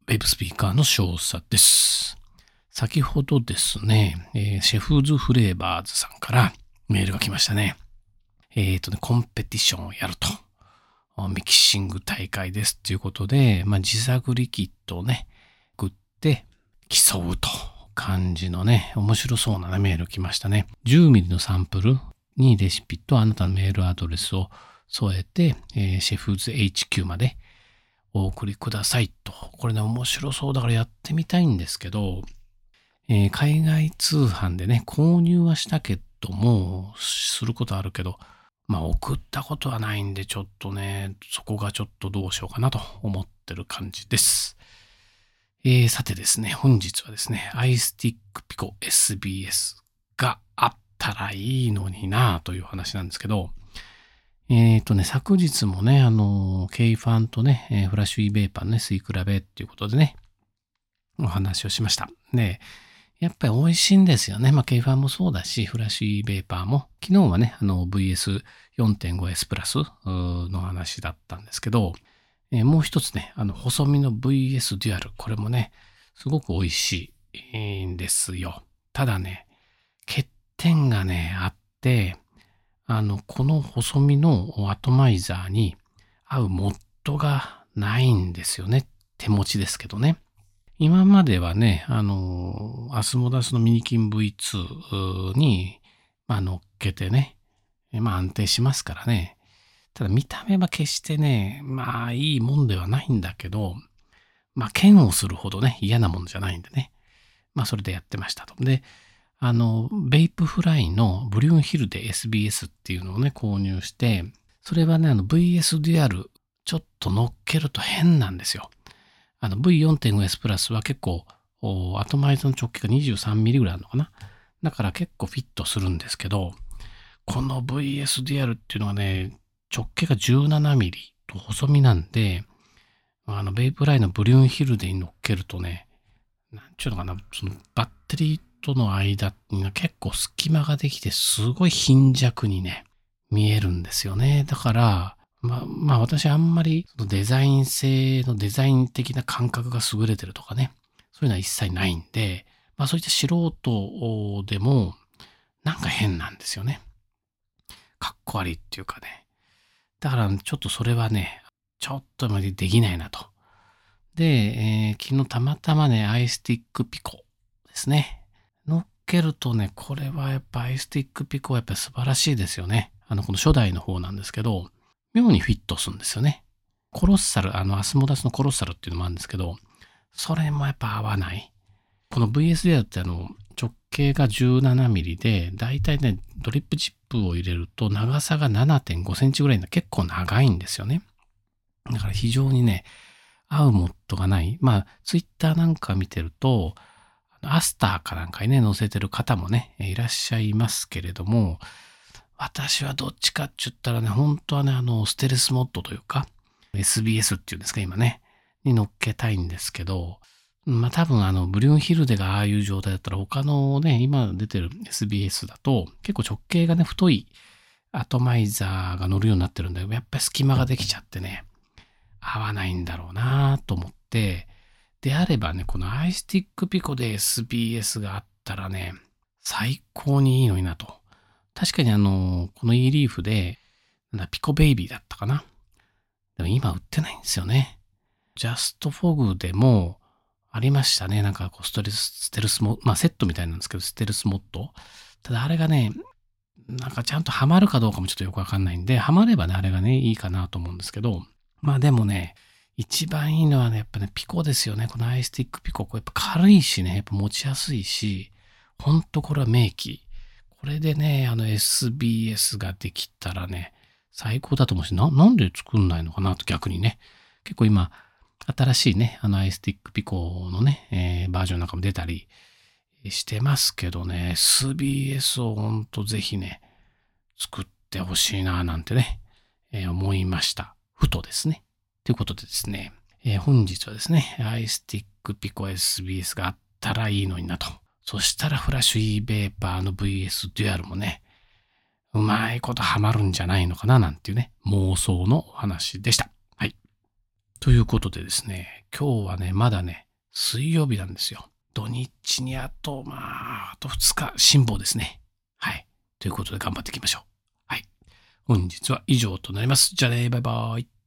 ウェブスピーカーの少佐です。先ほどですね、シェフーズフレーバーズさんからメールが来ましたね。コンペティションをやると。ミキシング大会ですということで、自作リキッドをね、送って競うと感じのね、面白そうな、メール来ましたね。10ミリのサンプルにレシピとあなたのメールアドレスを添えて、シェフーズ HQ までお送りくださいと。これね、面白そうだからやってみたいんですけど、海外通販でね、購入はしたけども、することあるけど、送ったことはないんで、ちょっとね、そこがちょっとどうしようかなと思ってる感じです。さてですね、本日はですね、iStick Pico SBS があったらいいのになという話なんですけど、昨日もね、ケイファンとね、フラッシュ e ベーパーのね、吸い比べっていうことでね、お話をしました。で、やっぱり美味しいんですよね。ケイファンもそうだし、フラッシュ e ベーパーも。昨日はね、VS4.5S プラスの話だったんですけど、もう一つね、細身の VS デュアル。これもね、すごく美味しいんですよ。ただね、欠点がね、あって、この細身のアトマイザーに合うモッドがないんですよね。手持ちですけどね。今まではね、アスモダスのミニキン V2 に、乗っけてね、安定しますからね。ただ見た目は決してね、いいもんではないんだけど、嫌悪するほどね、嫌なもんじゃないんでね。それでやってましたと。で、ベイプフライのブリュンヒルデ SBS っていうのをね、購入して、それはね、VS デュアル、ちょっと乗っけると変なんですよ。V4.5S プラスは結構、アトマイズの直径が 23mm ぐらいあるのかな。だから結構フィットするんですけど、この VS デュアルっていうのはね、直径が 17mm と細身なんで、ベイプライのブリュンヒルデに乗っけるとね、なんちゅうのかな、そのバッテリーとの間に結構隙間ができて、すごい貧弱にね、見えるんですよね。だから、私あんまりデザイン性のデザイン的な感覚が優れてるとかね、そういうのは一切ないんで、そういった素人でもなんか変なんですよね。かっこ悪いっていうかね。だからちょっとそれはね、ちょっとできないなと。で、昨日たまたまね、iStick Pico ですね。乗っけるとね、これはやっぱ iStick Pico はやっぱ素晴らしいですよね。この初代の方なんですけど、妙にフィットするんですよね。コロッサル、アスモダスのコロッサルっていうのもあるんですけど、それもやっぱ合わない。この VSDR って直径が 17mm で、だいたいね、ドリップチップを入れると長さが 7.5 センチぐらいの結構長いんですよね。だから非常にね、合うモッドがない。ツイッターなんか見てると、アスターかなんかにね、載せてる方もね、いらっしゃいますけれども、私はどっちかって言ったらね、本当はね、ステルスモッドというか、SBS っていうんですか、今ね、に乗っけたいんですけど、多分ブリュンヒルデがああいう状態だったら他のね、今出てる SBS だと結構直径がね、太いアトマイザーが乗るようになってるんだけど、やっぱり隙間ができちゃってね、合わないんだろうなと思って、であればね、この iStick Pico で SBS があったらね、最高にいいのになと。確かにこの e リーフで、ピコベイビーだったかな。でも今売ってないんですよね。ジャストフォグでもありましたね。なんかステルスモッド、セットみたいなんですけど、ステルスモッド。ただあれがね、なんかちゃんとハマるかどうかもちょっとよくわかんないんで、ハマればね、あれがね、いいかなと思うんですけど、でもね、一番いいのはね、やっぱね、ピコですよね。この iStick Pico。これやっぱ軽いしね、やっぱ持ちやすいし、ほんとこれは名機。これでね、SBS ができたらね、最高だと思うし、なんで作んないのかなと逆にね。結構今、新しいね、iStick Pico のね、バージョンなんかも出たりしてますけどね、SBS をほんとぜひね、作ってほしいななんてね、思いました。ふとですね。ということでですね、本日はですね、iStick Pico SBS があったらいいのになと。そしたらフラッシュ e ベーパーの VS デュアルもね、うまいことハマるんじゃないのかななんていうね、妄想のお話でした。はい。ということでですね、 今日はね、まだね、水曜日なんですよ。土日にあと2日、辛抱ですね。はい。ということで頑張っていきましょう。はい。本日は以上となります。じゃあね、バイバイ。